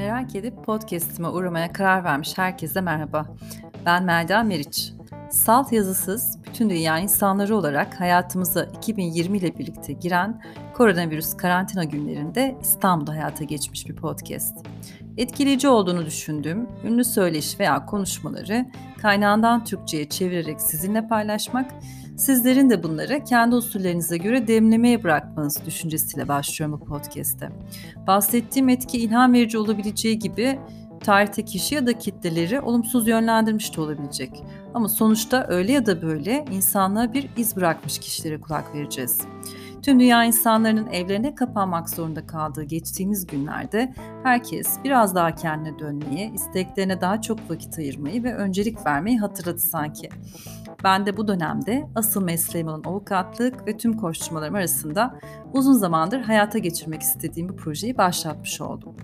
Merak edip podcast'ime uğramaya karar vermiş herkese merhaba. Ben Melda Meriç. Salt yazısız bütün dünya insanları olarak hayatımıza 2020 ile birlikte giren koronavirüs karantina günlerinde İstanbul'da hayata geçmiş bir podcast. Etkileyici olduğunu düşündüğüm ünlü söyleşi veya konuşmaları kaynağından Türkçe'ye çevirerek sizinle paylaşmak, sizlerin de bunları kendi usullerinize göre demlemeye bırakmanız düşüncesiyle başlıyorum bu podcast'te. Bahsettiğim etki ilham verici olabileceği gibi tarihte kişi ya da kitleleri olumsuz yönlendirmiş de olabilecek. Ama sonuçta öyle ya da böyle insanlığa bir iz bırakmış kişilere kulak vereceğiz. Tüm dünya insanlarının evlerine kapanmak zorunda kaldığı geçtiğimiz günlerde herkes biraz daha kendine dönmeyi, isteklerine daha çok vakit ayırmayı ve öncelik vermeyi hatırladı sanki. Ben de bu dönemde asıl mesleğim olan avukatlık ve tüm koşturmalarım arasında uzun zamandır hayata geçirmek istediğim bu projeyi başlatmış oldum.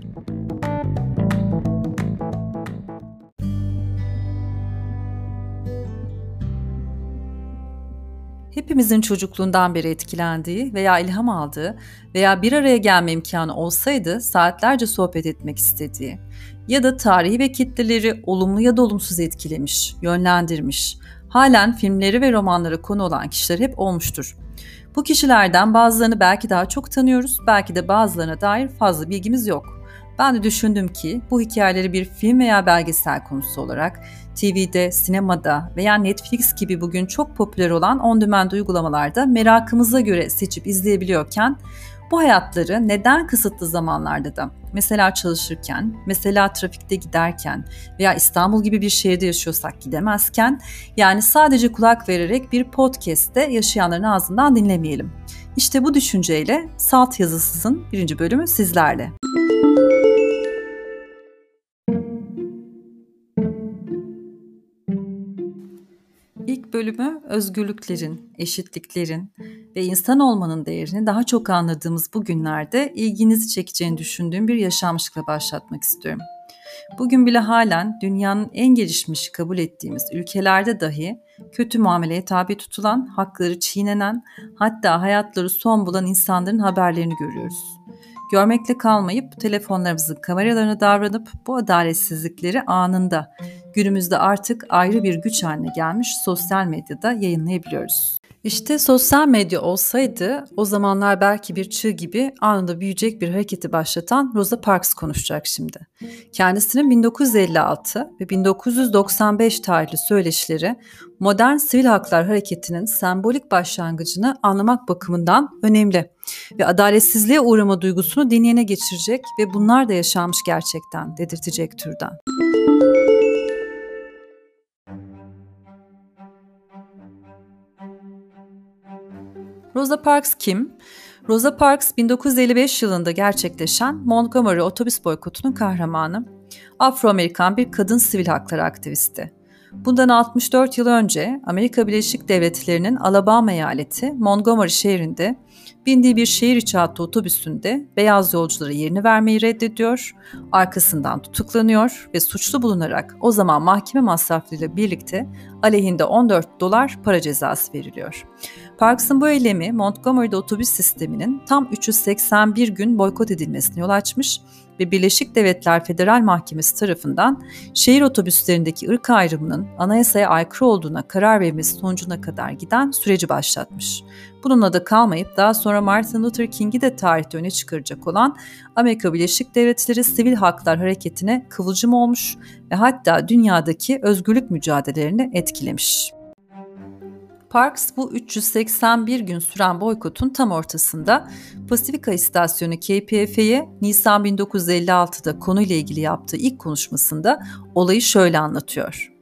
Hepimizin çocukluğundan beri etkilendiği veya ilham aldığı veya bir araya gelme imkanı olsaydı saatlerce sohbet etmek istediği ya da tarihi ve kitleleri olumlu ya da olumsuz etkilemiş, yönlendirmiş, halen filmleri ve romanlara konu olan kişiler hep olmuştur. Bu kişilerden bazılarını belki daha çok tanıyoruz, belki de bazılarına dair fazla bilgimiz yok. Ben de düşündüm ki bu hikayeleri bir film veya belgesel konusu olarak TV'de, sinemada veya Netflix gibi bugün çok popüler olan on-demand uygulamalarda merakımıza göre seçip izleyebiliyorken bu hayatları neden kısıtlı zamanlarda da mesela çalışırken, mesela trafikte giderken veya İstanbul gibi bir şehirde yaşıyorsak gidemezken yani sadece kulak vererek bir podcast'te yaşayanların ağzından dinlemeyelim. İşte bu düşünceyle Salt Yazısız'ın 1. bölümü sizlerle. İlk bölümü özgürlüklerin, eşitliklerin ve insan olmanın değerini daha çok anladığımız bu günlerde ilginizi çekeceğini düşündüğüm bir yaşanmışlıkla başlatmak istiyorum. Bugün bile halen dünyanın en gelişmiş kabul ettiğimiz ülkelerde dahi kötü muameleye tabi tutulan, hakları çiğnenen, hatta hayatları son bulan insanların haberlerini görüyoruz. Görmekle kalmayıp telefonlarımızın kameralarına davranıp bu adaletsizlikleri anında günümüzde artık ayrı bir güç haline gelmiş sosyal medyada yayınlayabiliyoruz. İşte sosyal medya olsaydı o zamanlar belki bir çığ gibi anında büyüyecek bir hareketi başlatan Rosa Parks konuşacak şimdi. Kendisinin 1956 ve 1995 tarihli söyleşileri modern sivil haklar hareketinin sembolik başlangıcını anlamak bakımından önemli ve adaletsizliğe uğrama duygusunu dinleyene geçirecek ve bunlar da yaşanmış gerçekten dedirtecek türden. Rosa Parks kim? Rosa Parks 1955 yılında gerçekleşen Montgomery otobüs boykotunun kahramanı. Afro-Amerikan bir kadın sivil hakları aktivisti. Bundan 64 yıl önce Amerika Birleşik Devletleri'nin Alabama eyaleti Montgomery şehrinde bindiği bir şehir içi hattı otobüsünde beyaz yolculara yerini vermeyi reddediyor, arkasından tutuklanıyor ve suçlu bulunarak o zaman mahkeme masraflarıyla birlikte aleyhinde $14 para cezası veriliyor. Parks'ın bu eylemi Montgomery'de otobüs sisteminin tam 381 gün boykot edilmesine yol açmış ve Birleşik Devletler Federal Mahkemesi tarafından şehir otobüslerindeki ırk ayrımının anayasaya aykırı olduğuna karar verilmesi sonucuna kadar giden süreci başlatmış. Bununla da kalmayıp daha sonra Martin Luther King'i de tarihte öne çıkaracak olan Amerika Birleşik Devletleri Sivil Haklar Hareketi'ne kıvılcım olmuş ve hatta dünyadaki özgürlük mücadelelerini etkilemiş. Parks bu 381 gün süren boykotun tam ortasında Pasifika İstasyonu KPFA'ye Nisan 1956'da konuyla ilgili yaptığı ilk konuşmasında olayı şöyle anlatıyor.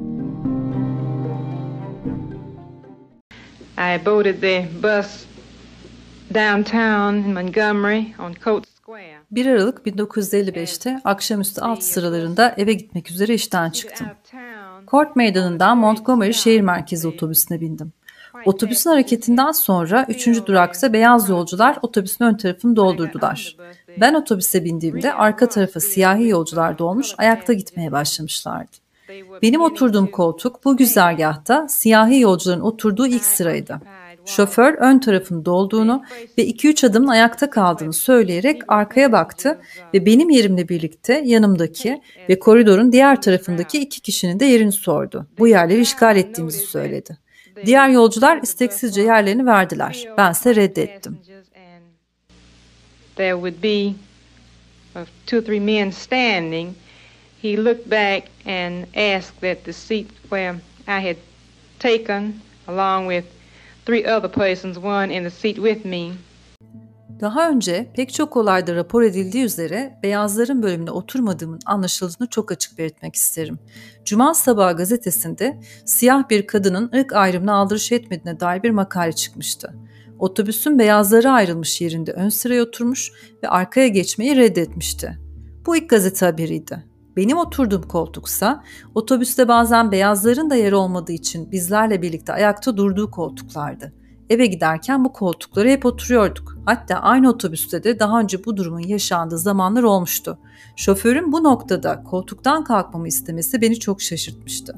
I boarded the bus downtown in Montgomery on Coates Square. 1 Aralık 1955'te akşamüstü 6 sıralarında eve gitmek üzere işten çıktım. Court Meydanı'ndan Montgomery şehir merkezi otobüsüne bindim. Otobüsün hareketinden sonra 3. durakta beyaz yolcular otobüsün ön tarafını doldurdular. Ben otobüse bindiğimde arka tarafa siyahi yolcular dolmuş ayakta gitmeye başlamışlardı. Benim oturduğum koltuk bu güzergahta siyahi yolcuların oturduğu ilk sıraydı. Şoför ön tarafın dolduğunu ve 2-3 adım ayakta kaldığını söyleyerek arkaya baktı ve benim yerimle birlikte yanımdaki ve koridorun diğer tarafındaki 2 kişinin de yerini sordu. Bu yerleri işgal ettiğimizi söyledi. Diğer yolcular isteksizce yerlerini verdiler. Bense reddettim. There would be two or three men standing. He looked back and asked that the seat where I had taken, along with three other persons, one in the seat with me. Daha önce pek çok olayda rapor edildiği üzere beyazların bölümüne oturmadığımın anlaşıldığını çok açık belirtmek isterim. Cuma Sabahı gazetesinde siyah bir kadının ırk ayrımına aldırış etmediğine dair bir makale çıkmıştı. Otobüsün beyazlara ayrılmış yerinde ön sıraya oturmuş ve arkaya geçmeyi reddetmişti. Bu ilk gazete haberiydi. Benim oturduğum koltuksa otobüste bazen beyazların da yeri olmadığı için bizlerle birlikte ayakta durduğu koltuklardı. Eve giderken bu koltuklara hep oturuyorduk. Hatta aynı otobüste de daha önce bu durumun yaşandığı zamanlar olmuştu. Şoförün bu noktada koltuktan kalkmamı istemesi beni çok şaşırtmıştı.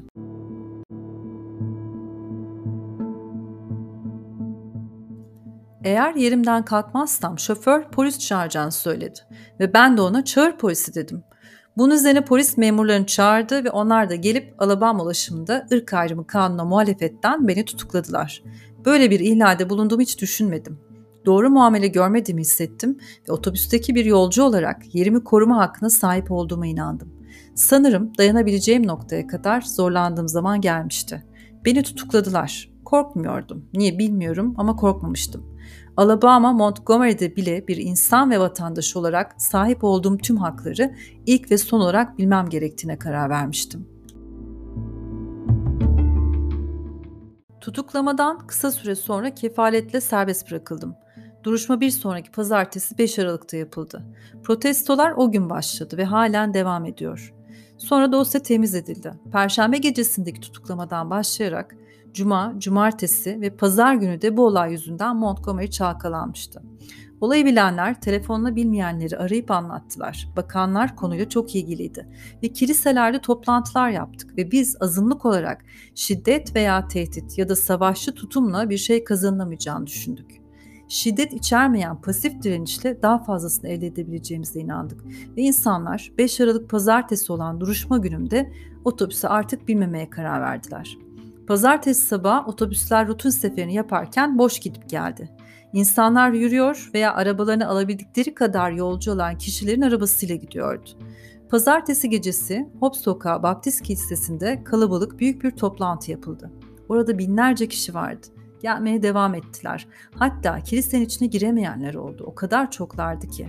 Eğer yerimden kalkmazsam şoför polis çağıracağını söyledi ve ben de ona çağır polisi dedim. Bunun üzerine polis memurlarını çağırdı ve onlar da gelip Alabama ulaşımında ırk ayrımı kanununa muhalefetten beni tutukladılar. Böyle bir ihlalde bulunduğumu hiç düşünmedim. Doğru muamele görmediğimi hissettim ve otobüsteki bir yolcu olarak yerimi koruma hakkına sahip olduğuma inandım. Sanırım dayanabileceğim noktaya kadar zorlandığım zaman gelmişti. Beni tutukladılar. Korkmuyordum. Niye bilmiyorum ama korkmamıştım. Alabama, Montgomery'de bile bir insan ve vatandaş olarak sahip olduğum tüm hakları ilk ve son olarak bilmem gerektiğine karar vermiştim. Tutuklamadan kısa süre sonra kefaletle serbest bırakıldım. Duruşma bir sonraki pazartesi 5 Aralık'ta yapıldı. Protestolar o gün başladı ve halen devam ediyor. Sonra dosya temiz edildi. Perşembe gecesindeki tutuklamadan başlayarak Cuma, Cumartesi ve Pazar günü de bu olay yüzünden Montgomery çalkalanmıştı. Olayı bilenler telefonla bilmeyenleri arayıp anlattılar. Bakanlar konuyla çok ilgiliydi ve kiliselerde toplantılar yaptık ve biz azınlık olarak şiddet veya tehdit ya da savaşçı tutumla bir şey kazanılamayacağını düşündük. Şiddet içermeyen pasif direnişle daha fazlasını elde edebileceğimize inandık ve insanlar 5 Aralık Pazartesi olan duruşma günümde otobüse artık binmemeye karar verdiler. Pazartesi sabahı otobüsler rutin seferini yaparken boş gidip geldi. İnsanlar yürüyor veya arabalarını alabildikleri kadar yolcu olan kişilerin arabasıyla gidiyordu. Pazartesi gecesi Hope Sokağı Baptist Kilisesi'nde kalabalık büyük bir toplantı yapıldı. Orada binlerce kişi vardı. Gelmeye devam ettiler. Hatta kilisenin içine giremeyenler oldu. O kadar çoklardı ki.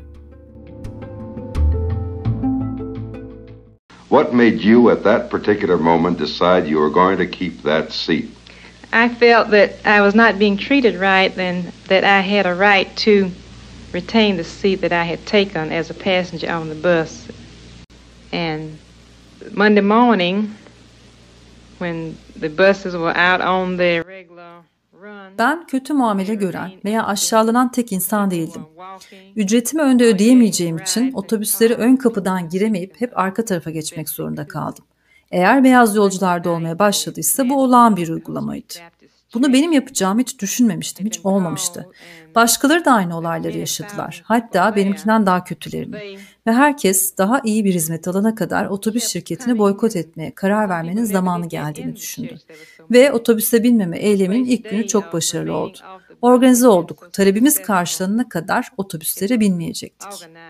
What made you at that particular moment decide you were going to keep that seat? I felt that I was not being treated right and that I had a right to retain the seat that I had taken as a passenger on the bus. And Monday morning, when the buses were out on their regular run, Ben kötü muamele gören veya aşağılanan tek insan değildim. Ücretimi önde ödeyemeyeceğim için otobüsleri ön kapıdan giremeyip hep arka tarafa geçmek zorunda kaldım. Eğer beyaz yolcularda olmaya başladıysa bu olağan bir uygulamaydı. Bunu benim yapacağımı hiç düşünmemiştim, hiç olmamıştı. Başkaları da aynı olayları yaşadılar. Hatta benimkinden daha kötülerini. Ve herkes daha iyi bir hizmet alana kadar otobüs şirketini boykot etmeye karar vermenin zamanı geldiğini düşündü. Ve otobüse binmeme eyleminin ilk günü çok başarılı oldu. Organize olduk. Talebimiz karşılanana kadar otobüslere binmeyecektik.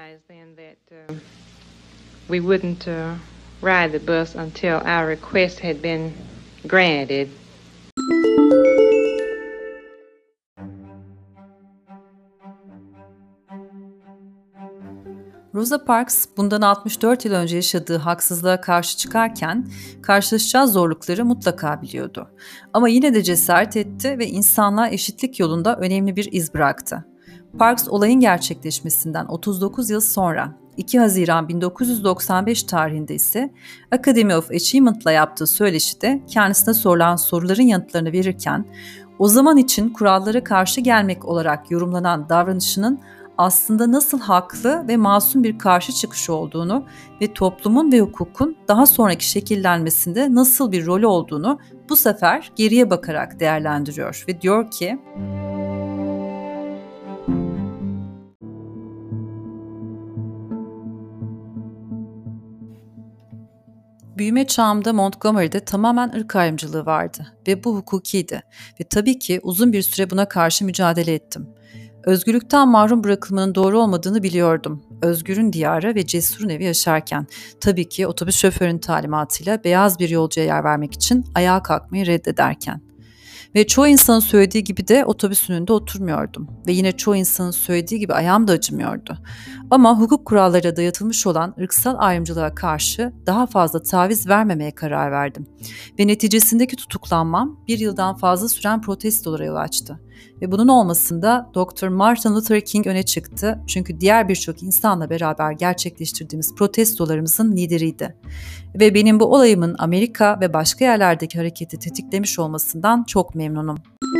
We wouldn't ride the bus until our request had been granted. Rosa Parks bundan 64 yıl önce yaşadığı haksızlığa karşı çıkarken karşılaşacağı zorlukları mutlaka biliyordu. Ama yine de cesaret etti ve insanlığa eşitlik yolunda önemli bir iz bıraktı. Parks olayın gerçekleşmesinden 39 yıl sonra 2 Haziran 1995 tarihinde ise Academy of Achievement'la yaptığı söyleşide kendisine sorulan soruların yanıtlarını verirken o zaman için kurallara karşı gelmek olarak yorumlanan davranışının aslında nasıl haklı ve masum bir karşı çıkış olduğunu ve toplumun ve hukukun daha sonraki şekillenmesinde nasıl bir rolü olduğunu bu sefer geriye bakarak değerlendiriyor ve diyor ki: büyüme çağımda Montgomery'de tamamen ırk ayrımcılığı vardı ve bu hukukiydi ve tabii ki uzun bir süre buna karşı mücadele ettim. Özgürlükten mahrum bırakılmanın doğru olmadığını biliyordum. Özgür'ün diyarı ve Cesur'un evi yaşarken, tabii ki otobüs şoförünün talimatıyla beyaz bir yolcuya yer vermek için ayağa kalkmayı reddederken. Ve çoğu insanın söylediği gibi de otobüsün önünde oturmuyordum. Ve yine çoğu insanın söylediği gibi ayağım da acımıyordu. Ama hukuk kurallarıyla dayatılmış olan ırksal ayrımcılığa karşı daha fazla taviz vermemeye karar verdim. Ve neticesindeki tutuklanmam 1 yıldan fazla süren protestolara yol açtı. Ve bunun olmasında Dr. Martin Luther King öne çıktı. Çünkü diğer birçok insanla beraber gerçekleştirdiğimiz protestolarımızın lideriydi. Ve benim bu olayımın Amerika ve başka yerlerdeki hareketi tetiklemiş olmasından çok memnunum.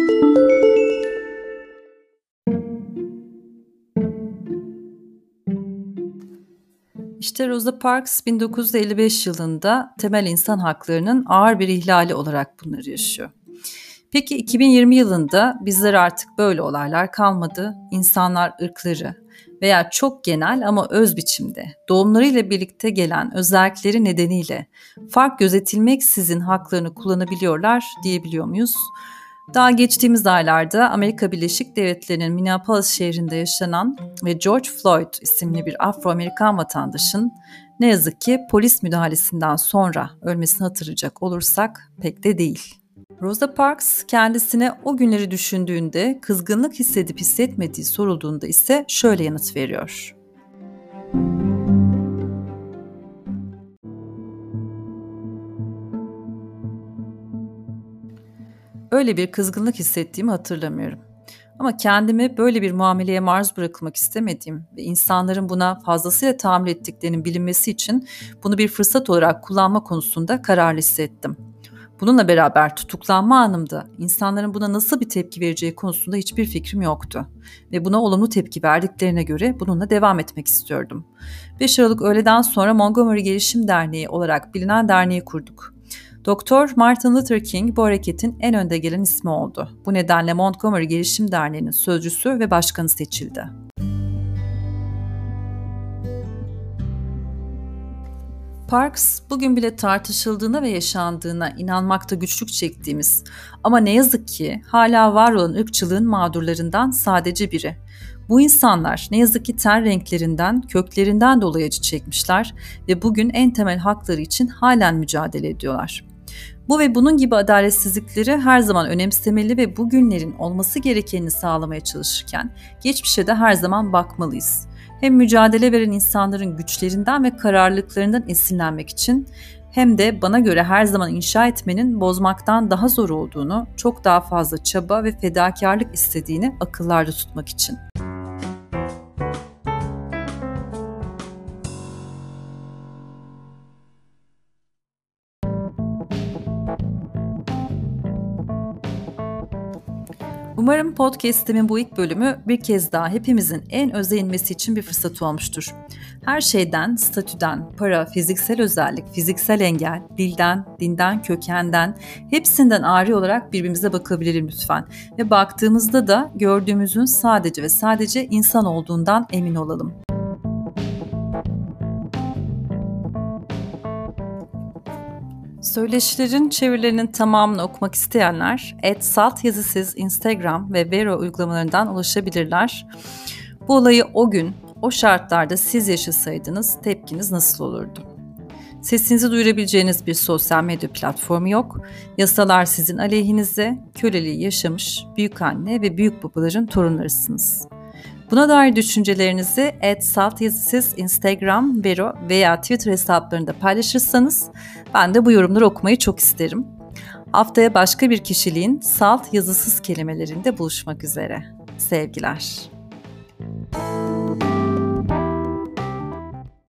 İşte Rosa Parks 1955 yılında temel insan haklarının ağır bir ihlali olarak bunları yaşıyor. Peki 2020 yılında bizler artık böyle olaylar kalmadı. İnsanlar ırkları veya çok genel ama öz biçimde doğumlarıyla birlikte gelen özellikleri nedeniyle fark gözetilmeksizin haklarını kullanabiliyorlar diyebiliyor muyuz? Daha geçtiğimiz aylarda Amerika Birleşik Devletleri'nin Minneapolis şehrinde yaşanan ve George Floyd isimli bir Afro-Amerikan vatandaşın ne yazık ki polis müdahalesinden sonra ölmesini hatırlayacak olursak pek de değil. Rosa Parks kendisine o günleri düşündüğünde kızgınlık hissedip hissetmediği sorulduğunda ise şöyle yanıt veriyor. Öyle bir kızgınlık hissettiğimi hatırlamıyorum. Ama kendimi böyle bir muameleye maruz bırakılmak istemediğim ve insanların buna fazlasıyla tahammül ettiklerinin bilinmesi için bunu bir fırsat olarak kullanma konusunda kararlı hissettim. Bununla beraber tutuklanma anımda insanların buna nasıl bir tepki vereceği konusunda hiçbir fikrim yoktu. Ve buna olumlu tepki verdiklerine göre bununla devam etmek istiyordum. 5 Aralık öğleden sonra Montgomery Gelişim Derneği olarak bilinen derneği kurduk. Dr. Martin Luther King bu hareketin en önde gelen ismi oldu. Bu nedenle Montgomery Gelişim Derneği'nin sözcüsü ve başkanı seçildi. Parks, bugün bile tartışıldığına ve yaşandığına inanmakta güçlük çektiğimiz ama ne yazık ki hala var olan ırkçılığın mağdurlarından sadece biri. Bu insanlar ne yazık ki ten renklerinden, köklerinden dolayı acı çekmişler ve bugün en temel hakları için halen mücadele ediyorlar. Bu ve bunun gibi adaletsizlikleri her zaman önemsemeli ve bugünlerin olması gerekenini sağlamaya çalışırken geçmişe de her zaman bakmalıyız. Hem mücadele veren insanların güçlerinden ve kararlılıklarından esinlenmek için hem de bana göre her zaman inşa etmenin bozmaktan daha zor olduğunu, çok daha fazla çaba ve fedakarlık istediğini akıllarda tutmak için. Umarım podcast'imin bu ilk bölümü bir kez daha hepimizin en öze inmesi için bir fırsat olmuştur. Her şeyden, statüden, para, fiziksel özellik, fiziksel engel, dilden, dinden, kökenden, hepsinden ari olarak birbirimize bakabilirim lütfen. Ve baktığımızda da gördüğümüzün sadece ve sadece insan olduğundan emin olalım. Söyleşilerin çevirilerinin tamamını okumak isteyenler @saltyazısız Instagram ve Vero uygulamalarından ulaşabilirler. Bu olayı o gün, o şartlarda siz yaşasaydınız tepkiniz nasıl olurdu? Sesinizi duyurabileceğiniz bir sosyal medya platformu yok. Yasalar sizin aleyhinize, köleliği yaşamış büyükanne ve büyükbabaların torunlarısınız. Buna dair düşüncelerinizi @saltyazısız Instagram, Vero veya Twitter hesaplarında paylaşırsanız ben de bu yorumları okumayı çok isterim. Haftaya başka bir kişiliğin salt yazısız kelimelerinde buluşmak üzere. Sevgiler.